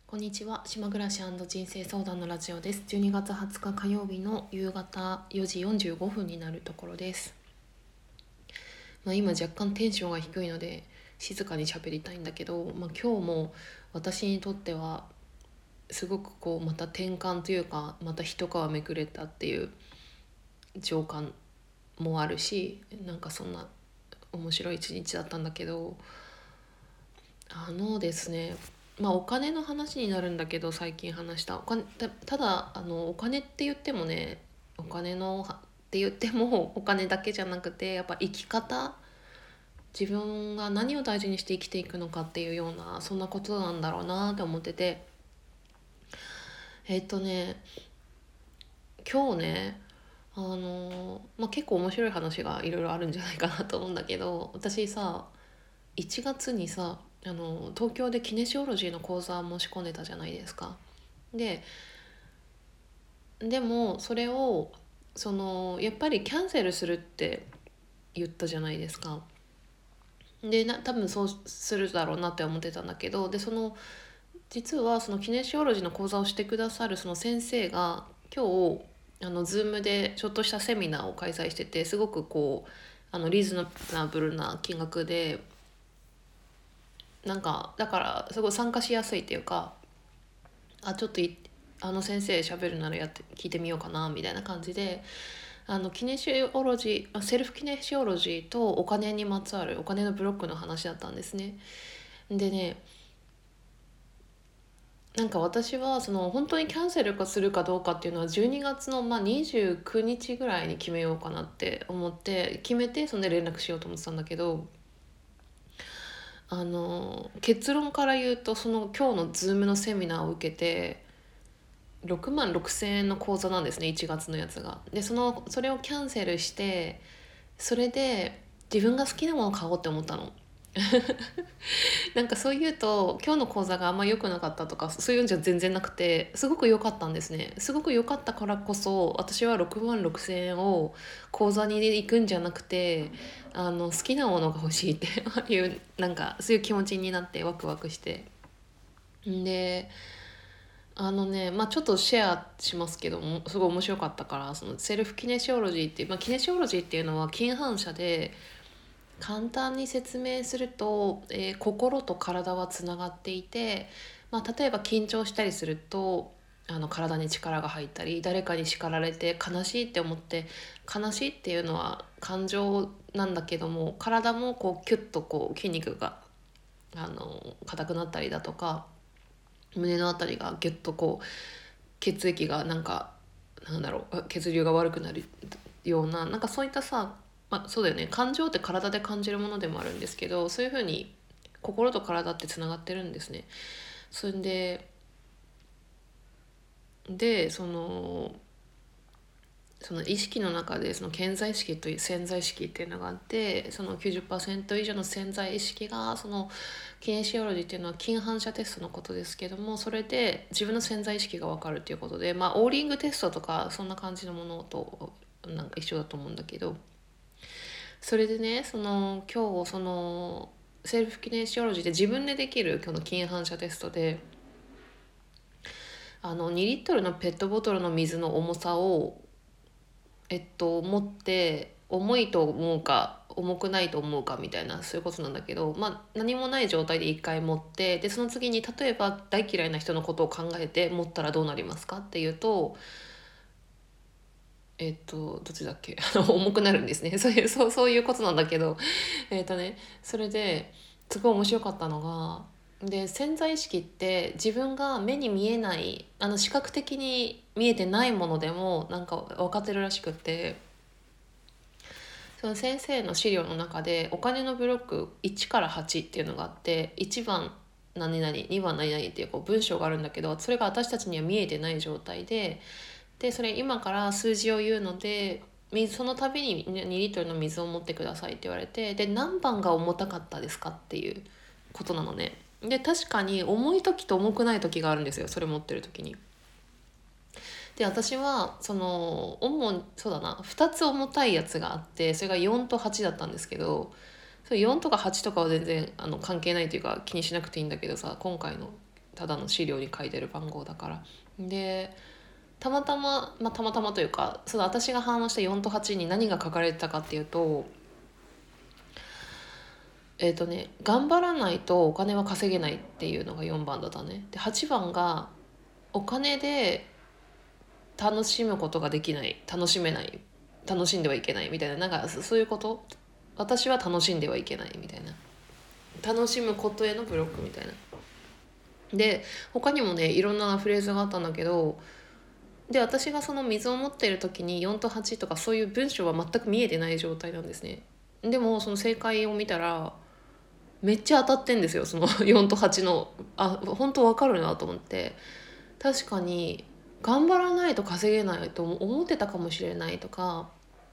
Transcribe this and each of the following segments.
こんにちは。島暮らし人生相談のラジオです。12月20日火曜日の夕方4時45分になるところです。今若干テンションが低いので静かに喋りたいんだけど、今日も私にとってはすごくまた転換というか、また一皮めくれたっていう情感もあるし、そんな面白い一日だったんだけど、ですね、お金の話になるんだけど、最近話したお金、ただお金って言ってもね、お金のって言ってもお金だけじゃなくて、やっぱ生き方、自分が何を大事にして生きていくのかっていうような、そんなことなんだろうなって思ってて、えっとね今日ね、結構面白い話がいろいろあるんじゃないかなと思うんだけど、私さ、1月にさ、東京でキネシオロジーの講座申し込んでたじゃないですか。でもそれをやっぱりキャンセルするって言ったじゃないですか。で多分そうするだろうなって思ってたんだけど、で実はそのキネシオロジーの講座をしてくださるその先生が今日ズームでちょっとしたセミナーを開催してて、すごくリーズナブルな金額で、だからすごい参加しやすいっていうか、ちょっとあの先生喋るなら聞いてみようかなみたいな感じで、キネシオロジー、セルフキネシオロジーとお金にまつわるお金のブロックの話だったんですね。でね、私は本当にキャンセルするかどうかっていうのは12月の29日ぐらいに決めようかなって思って決めて、そんで連絡しようと思ってたんだけど、結論から言うと、今日のズームのセミナーを受けて6万6千円の講座なんですね、1月のやつが。でそれをキャンセルして、それで自分が好きなものを買おうって思ったの。そう言うと今日の講座があんま良くなかったとか、そういうんじゃ全然なくて、すごく良かったんですね。すごく良かったからこそ、私は6万6千円を講座に行くんじゃなくて、好きなものが欲しいっていうそういう気持ちになってワクワクして。でちょっとシェアしますけども、すごい面白かったから、そのセルフキネシオロジーっていう、キネシオロジーっていうのは近反射で、簡単に説明すると、心と体はつながっていて、例えば緊張したりすると体に力が入ったり、誰かに叱られて悲しいって思って、悲しいっていうのは感情なんだけども、体もキュッと筋肉が硬くなったりだとか、胸のあたりがギュッと血液が血流が悪くなるような、そういったさ、そうだよね、感情って体で感じるものでもあるんですけど、そういうふうに心と体ってつながってるんですね。それでその意識の中で、その潜在意識という潜在意識っていうのがあって、その90%以上の潜在意識が、キネシオロジーっていうのは近反射テストのことですけども、それで自分の潜在意識が分かるっていうことで、オーリングテストとかそんな感じのものと一緒だと思うんだけど、それでね、今日セルフキネシオロジーで自分でできる今日の近反射テストで、2リットルのペットボトルの水の重さを持って重いと思うか重くないと思うかみたいな、そういうことなんだけど、何もない状態で一回持って、でその次に例えば大嫌いな人のことを考えて持ったらどうなりますかっていうと、どっちだっけ重くなるんですね。そういうことなんだけど、それですごい面白かったのが、潜在意識って自分が目に見えない、視覚的に見えてないものでも分かってるらしくって、その先生の資料の中でお金のブロック1から8っていうのがあって、1番何々2番何々っていう文章があるんだけど、それが私たちには見えてない状態でそれ今から数字を言うので、その度に2リットルの水を持ってくださいって言われて、で何番が重たかったですかっていうことなのね。で確かに重い時と重くない時があるんですよ、それ持ってる時に。で私はそうだな、2つ重たいやつがあって、それが4と8だったんですけど、それ4とか8とかは全然関係ないというか気にしなくていいんだけどさ、今回のただの資料に書いてる番号だから。でたまたま、たまたまというか、その私が反応した4と8に何が書かれてたかっていうと、頑張らないとお金は稼げないっていうのが4番だったね。で8番がお金で楽しむことができない、楽しめない、楽しんではいけないみたいな、なんかそういうこと。私は楽しんではいけないみたいな、楽しむことへのブロックみたいな。で他にもねいろんなフレーズがあったんだけど、で私がその水を持っている時に4と8とかそういう文章は全く見えてない状態なんですね。でもその正解を見たらめっちゃ当たってんですよ、その4と8の。本当わかるなと思って。確かに頑張らないと稼げないと思ってたかもしれないとか、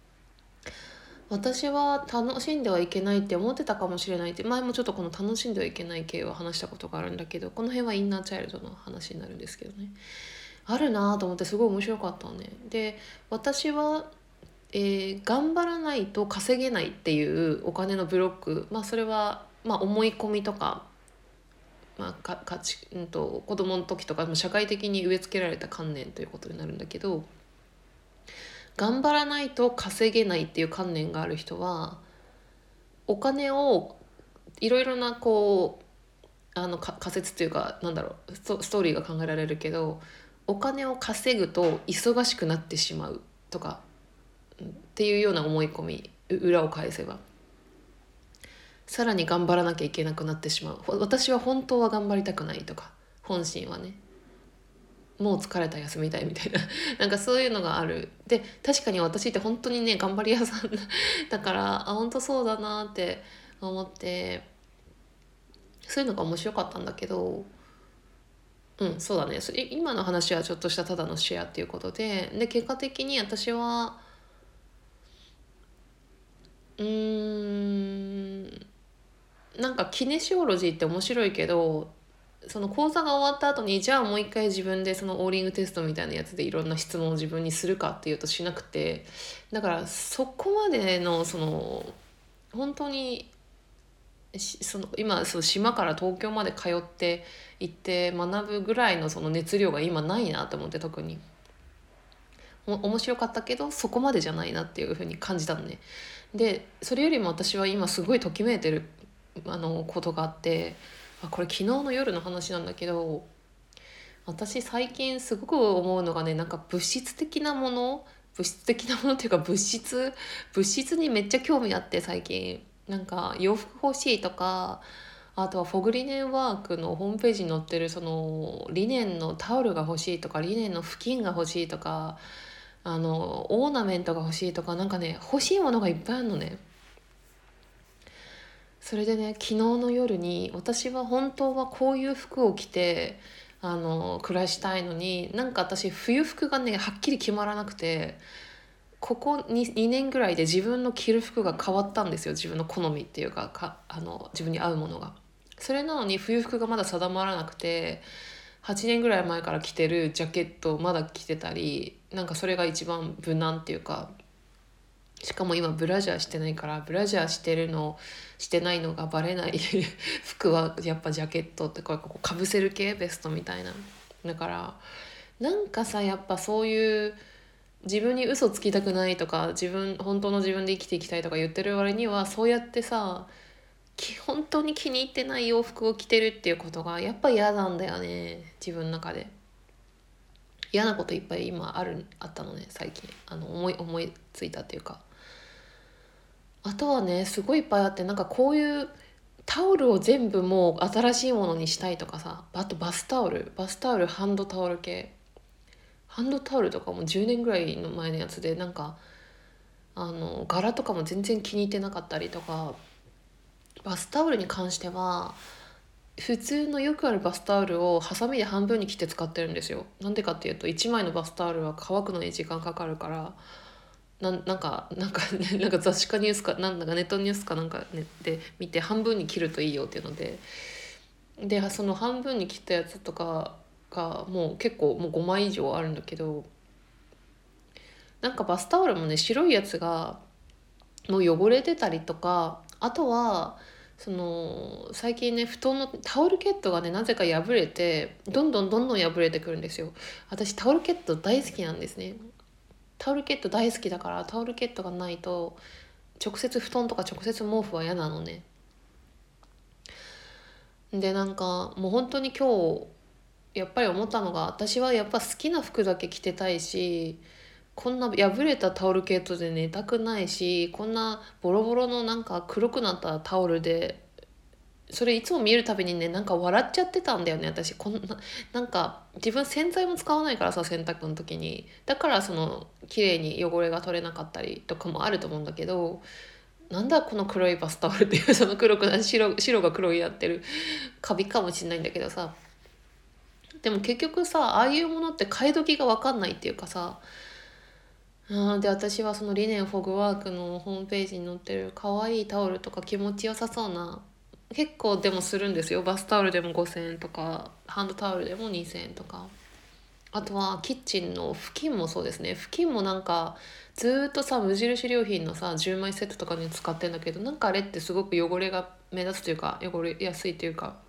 私は楽しんではいけないって思ってたかもしれないって、前もちょっとこの楽しんではいけない系を話したことがあるんだけど、この辺はインナーチャイルドの話になるんですけどね。あるなと思ってすごい面白かったね。で私は、頑張らないと稼げないっていうお金のブロック、それは、思い込みとか、価値、子供の時とか社会的に植え付けられた観念ということになるんだけど、頑張らないと稼げないっていう観念がある人はお金をいろいろな仮説というか、なんだろう、ストーリーが考えられるけど、お金を稼ぐと忙しくなってしまうとかっていうような思い込み、裏を返せばさらに頑張らなきゃいけなくなってしまう、私は本当は頑張りたくないとか、本心はねもう疲れた休みたいみたいななんかそういうのがある。で確かに私って本当にね頑張り屋さんだから、本当そうだなって思って、そういうのが面白かったんだけど、そうだね、今の話はちょっとしたただのシェアっていうことで、結果的に私はなんかキネシオロジーって面白いけど、その講座が終わった後にじゃあもう一回自分でそのオーリングテストみたいなやつでいろんな質問を自分にするかっていうとしなくて、だからそこまでのその本当にその今そう島から東京まで通って行って学ぶぐらいのその熱量が今ないなと思って、特に面白かったけどそこまでじゃないなっていうふうに感じたのね。でそれよりも私は今すごいときめいてることがあって、これ昨日の夜の話なんだけど、私最近すごく思うのがね、なんか物質的なものっていうか物質にめっちゃ興味あって、最近なんか洋服欲しいとか、あとはフォグリネンワークのホームページに載ってるそのリネンのタオルが欲しいとか、リネンの布巾が欲しいとか、オーナメントが欲しいとか、なんかね欲しいものがいっぱいあるのね。それでね昨日の夜に、私は本当はこういう服を着て暮らしたいのに、なんか私冬服がねはっきり決まらなくて、ここ 2年ぐらいで自分の着る服が変わったんですよ。自分の好みっていうか、自分に合うものが。それなのに冬服がまだ定まらなくて、8年ぐらい前から着てるジャケットをまだ着てたり、なんかそれが一番無難っていうか、しかも今ブラジャーしてないから、ブラジャーしてないのがバレない服はやっぱジャケットってこうかぶせる系ベストみたいな。だからなんかさ、やっぱそういう自分に嘘つきたくないとか、本当の自分で生きていきたいとか言ってる割には、そうやってさ本当に気に入ってない洋服を着てるっていうことがやっぱ嫌なんだよね。自分の中で嫌なこといっぱい今あったのね、最近思いついたっていうか。あとはねすごいいっぱいあって、なんかこういうタオルを全部もう新しいものにしたいとかさ、あとバスタオルハンドタオル系、ハンドタオルとかも10年ぐらいの前のやつで、なんか柄とかも全然気に入ってなかったりとか。バスタオルに関しては普通のよくあるバスタオルをハサミで半分に切って使ってるんですよ。なんでかっていうと、1枚のバスタオルは乾くのに時間かかるから、なんか雑誌かニュースかなんだかネットニュースかなんか、ね、で見て半分に切るといいよっていうのでその半分に切ったやつとかがもう結構もう5枚以上あるんだけど、なんかバスタオルもね白いやつがもう汚れてたりとか、あとはその最近ね、布団のタオルケットがねなぜか破れてどんどん破れてくるんですよ。私タオルケット大好きなんですね。タオルケット大好きだから、タオルケットがないと直接布団とか直接毛布は嫌なのね。でなんかもう本当に今日やっぱり思ったのが、私はやっぱ好きな服だけ着てたいし、こんな破れたタオルケットで寝たくないし、こんなボロボロのなんか黒くなったタオルで、それいつも見るたびにねなんか笑っちゃってたんだよね。私こんな、なんか自分洗剤も使わないからさ、洗濯の時に。だからその綺麗に汚れが取れなかったりとかもあると思うんだけど、なんだこの黒いバスタオルっていう、その黒くな白が黒になってるカビかもしんないんだけどさ。でも結局さ、ああいうものって買い時が分かんないっていうかさ、で私はそのリネンフォグワークのホームページに載ってる可愛いタオルとか気持ちよさそうな、結構でもするんですよ。バスタオルでも5,000円とか、ハンドタオルでも2,000円とか。あとはキッチンの布巾もそうですね。布巾もなんかずーっとさ、無印良品のさ10枚セットとかに使ってんだけど、なんかあれってすごく汚れが目立つというか、汚れやすいというか、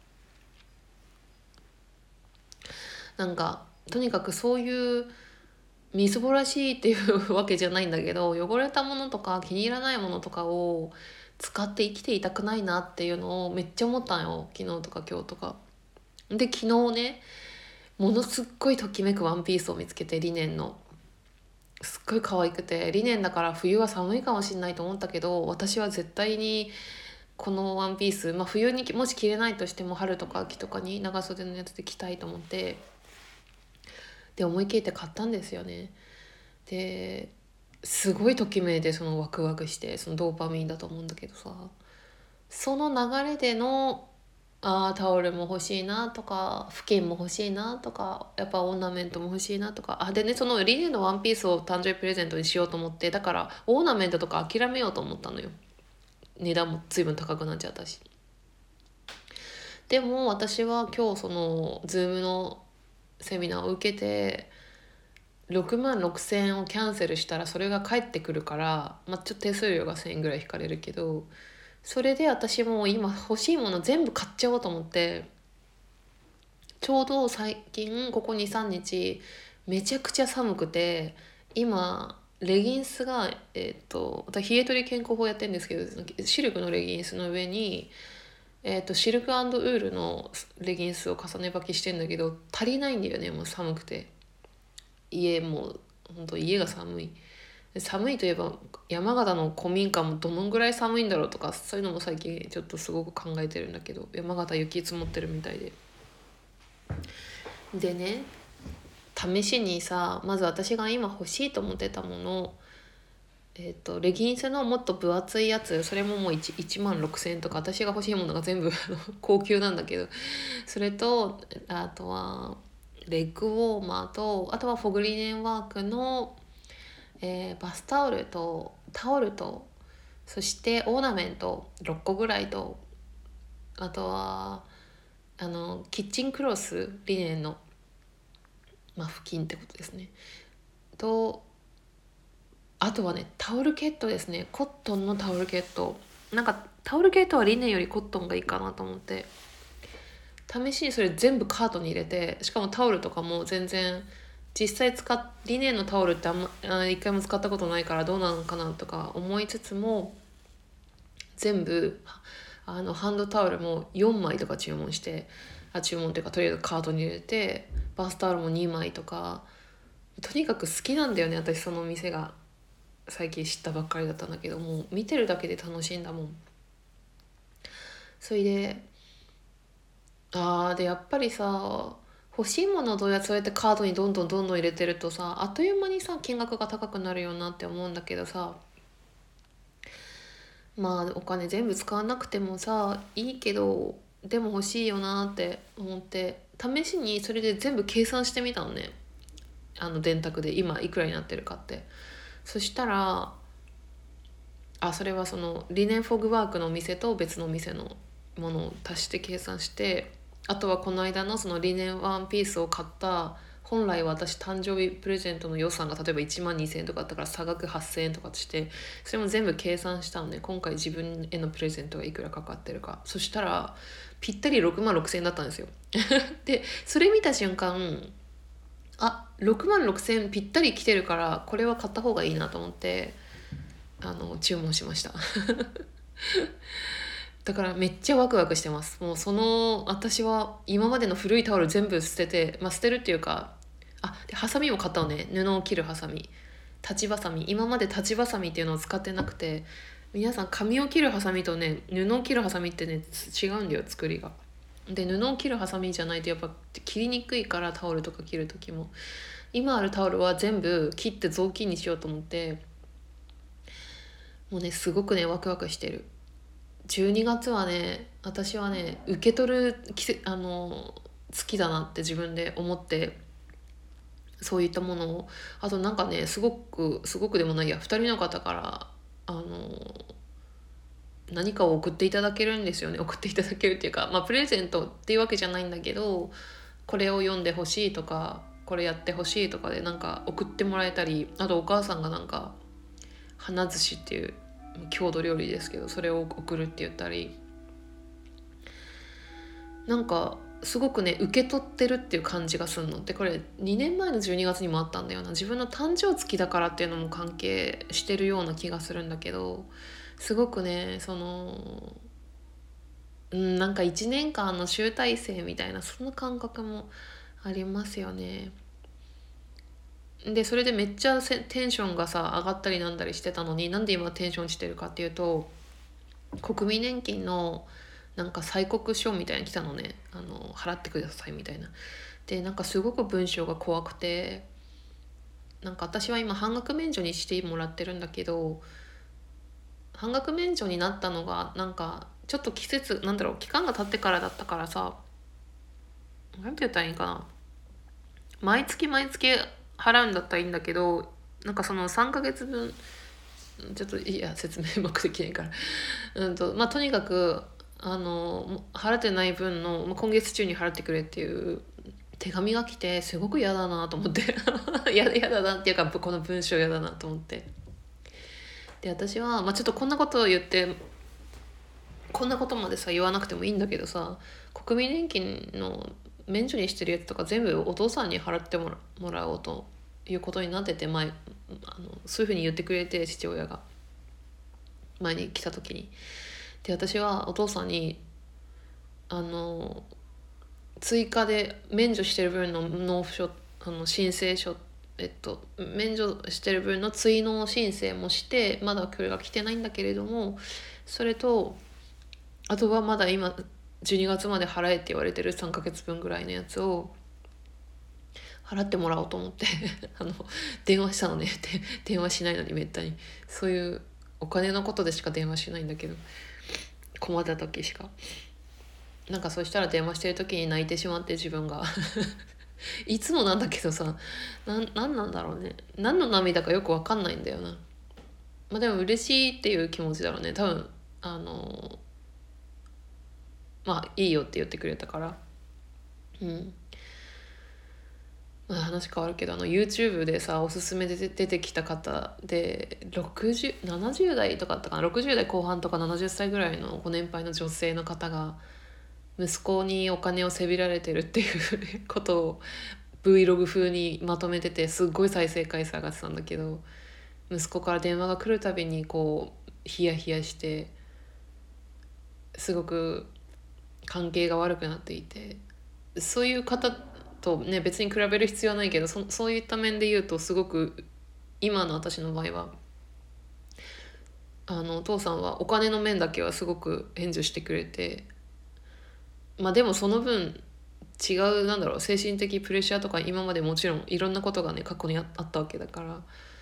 なんかとにかくそういうみすぼらしいっていうわけじゃないんだけど、汚れたものとか気に入らないものとかを使って生きていたくないなっていうのをめっちゃ思ったのよ、昨日とか今日とかで。昨日ね、ものすっごいときめくワンピースを見つけて、リネンの、すっごい可愛くて、リネンだから冬は寒いかもしれないと思ったけど、私は絶対にこのワンピース、冬にもし着れないとしても春とか秋とかに長袖のやつで着たいと思って、で思い切って買ったんですよね。ですごいときめいて、そのワクワクして、そのドーパミンだと思うんだけどさ、その流れでのタオルも欲しいなとか、布巾も欲しいなとか、やっぱオーナメントも欲しいなとか、でね、そのリネンのワンピースを誕生日プレゼントにしようと思って、だからオーナメントとか諦めようと思ったのよ。値段も随分高くなっちゃったし。でも私は今日そのズームのセミナーを受けて、6万6,000円をキャンセルしたらそれが返ってくるから、ちょっと手数料が1,000円ぐらい引かれるけど、それで私も今欲しいもの全部買っちゃおうと思って、ちょうど最近ここ2、3日めちゃくちゃ寒くて、今レギンスが私冷え取り健康法やってるんですけど、シルクのレギンスの上にシルクウールのレギンスを重ね履きしてんだけど、足りないんだよね、もう寒くて。本当家が寒い。寒いといえば山形の古民家もどのぐらい寒いんだろうとか、そういうのも最近ちょっとすごく考えてるんだけど、山形雪積もってるみたいで。でね、試しにさ、まず私が今欲しいと思ってたもの、レギンスのもっと分厚いやつ、それももう 1万6,000円とか、私が欲しいものが全部高級なんだけど、それとあとはレッグウォーマーと、あとはフォグリネンワークの、バスタオルとタオルと、そしてオーナメント6個ぐらいと、あとはキッチンクロス、リネンの、布巾ってことですね。とあとはね、タオルケットですね。コットンのタオルケット。なんかタオルケットはリネンよりコットンがいいかなと思って、試しにそれ全部カートに入れて、しかもタオルとかも全然実際リネンのタオルって一回も使ったことないからどうなのかなとか思いつつも、全部ハンドタオルも4枚とか注文して、注文っていうかとりあえずカートに入れて、バスタオルも2枚とか、とにかく好きなんだよね、私その店が。最近知ったばっかりだったんだけど、もう見てるだけで楽しいんだもん。それででやっぱりさ、欲しいものをどうやってそうやってカードにどんどん入れてるとさ、あっという間にさ金額が高くなるよなって思うんだけどさ、お金全部使わなくてもさいいけど、でも欲しいよなって思って、試しにそれで全部計算してみたのね。電卓で今いくらになってるかって。そしたらそれはそのリネンフォグワークのお店と別のお店のものを足して計算して、あとはこの間のそのリネンワンピースを買った本来私誕生日プレゼントの予算が例えば1万2000円とかあったから差額8000円とかして、それも全部計算したので、今回自分へのプレゼントがいくらかかってるか、そしたらぴったり6万6000円だったんですよ。でそれ見た瞬間、6万6000円ぴったり来てるからこれは買った方がいいなと思って注文しました。だからめっちゃワクワクしてます。もう私は今までの古いタオル全部捨てて、捨てるっていうか、でハサミも買ったのね。布を切るハサミ、立ちバサミ。今まで立ちバサミっていうのを使ってなくて、皆さん紙を切るハサミとね布を切るハサミってね違うんだよ、作りが。で布を切るハサミじゃないとやっぱ切りにくいから、タオルとか切る時も。今あるタオルは全部切って雑巾にしようと思って、もうねすごくねワクワクしてる。12月はね、私はね受け取る月だなって自分で思って、そういったものを。あとなんかねすごくでもないや、2人の方から何かを送っていただけるんですよね。送っていただけるっていうか、プレゼントっていうわけじゃないんだけど、これを読んでほしいとかこれやってほしいとかでなんか送ってもらえたり、あとお母さんがなんか花寿司っていう郷土料理ですけど、それを送るって言ったり、なんかすごくね受け取ってるっていう感じがするのって、これ2年前の12月にもあったんだよな。自分の誕生月だからっていうのも関係してるような気がするんだけど、すごくねなんか1年間の集大成みたいな、その感覚もありますよね。でそれでめっちゃテンションがさ上がったりなんだりしてたのに、なんで今テンション落ちてるかっていうと、国民年金のなんか催告書みたいに来たのね。払ってくださいみたいな。でなんかすごく文章が怖くて、なんか私は今半額免除にしてもらってるんだけど、半額免除になったのがなんかちょっと期間が経ってからだったからさ、なんて言ったらいいかな、毎月毎月払うんだったらいいんだけど、なんかその3ヶ月分、ちょっといや説明うまくできないから、とにかく払ってない分の、今月中に払ってくれっていう手紙が来て、すごく嫌だなと思って。嫌だなっていうか、この文章嫌だなと思って。で私は、ちょっとこんなことを言って、こんなことまでさ言わなくてもいいんだけどさ、国民年金の免除にしてるやつとか全部お父さんに払ってもらおうということになってて、そういうふうに言ってくれて、父親が前に来た時に。で私はお父さんに追加で免除してる分の納付書、申請書、免除してる分の追納申請もして、まだこれが来てないんだけれども、それとあとはまだ今12月まで払えって言われてる3ヶ月分ぐらいのやつを払ってもらおうと思って。電話したのね。って電話しないのにめったに、そういうお金のことでしか電話しないんだけど、困った時しか。なんかそしたら電話してる時に泣いてしまって、自分が。いつもなんだけどさ、なんなんだろうね、何の涙かよく分かんないんだよな。でも嬉しいっていう気持ちだろうね、多分。いいよって言ってくれたから。話変わるけど、YouTube でさおすすめで出てきた方で70代とかあったかな、60代後半とか70歳ぐらいのご年配の女性の方が息子にお金をせびられてるっていうことを Vlog 風にまとめてて、すっごい再生回数上がってたんだけど、息子から電話が来るたびにこうヒヤヒヤして、すごく関係が悪くなっていて、そういう方とね別に比べる必要はないけど、そういった面で言うと、すごく今の私の場合はお父さんはお金の面だけはすごく援助してくれて、でもその分違う、精神的プレッシャーとか今までもちろんいろんなことがね過去にあったわけだから、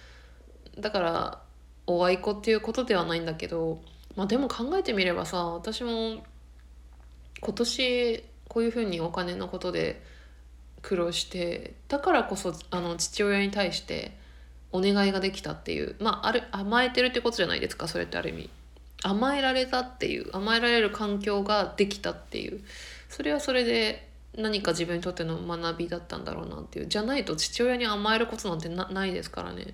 おあいこっていうことではないんだけど、でも考えてみればさ、私も今年こういうふうにお金のことで苦労して、だからこそ父親に対してお願いができたっていう、甘えてるってことじゃないですか、それって。ある意味甘えられたっていう、甘えられる環境ができたっていう、それはそれで何か自分にとっての学びだったんだろうなっていう。じゃないと父親に甘えることなんてないですからね。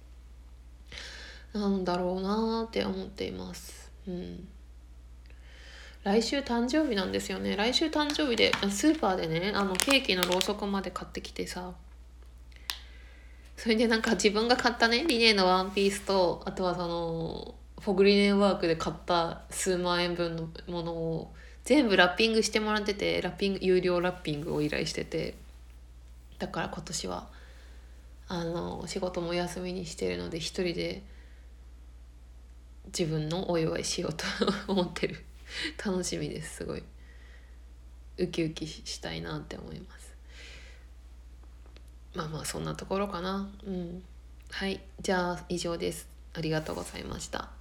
なんだろうなって思っています。来週誕生日なんですよね。来週誕生日でスーパーでね、ケーキのろうそくまで買ってきてさ、それでなんか自分が買ったね、リネンのワンピースと、あとはそのフォグリネンワークで買った数万円分のものを全部ラッピングしてもらってて、有料ラッピングを依頼してて、だから今年は仕事もお休みにしてるので一人で自分のお祝いしようと思ってる。楽しみです。すごいウキウキしたいなって思います。まあまあそんなところかな。はい、じゃあ以上です。ありがとうございました。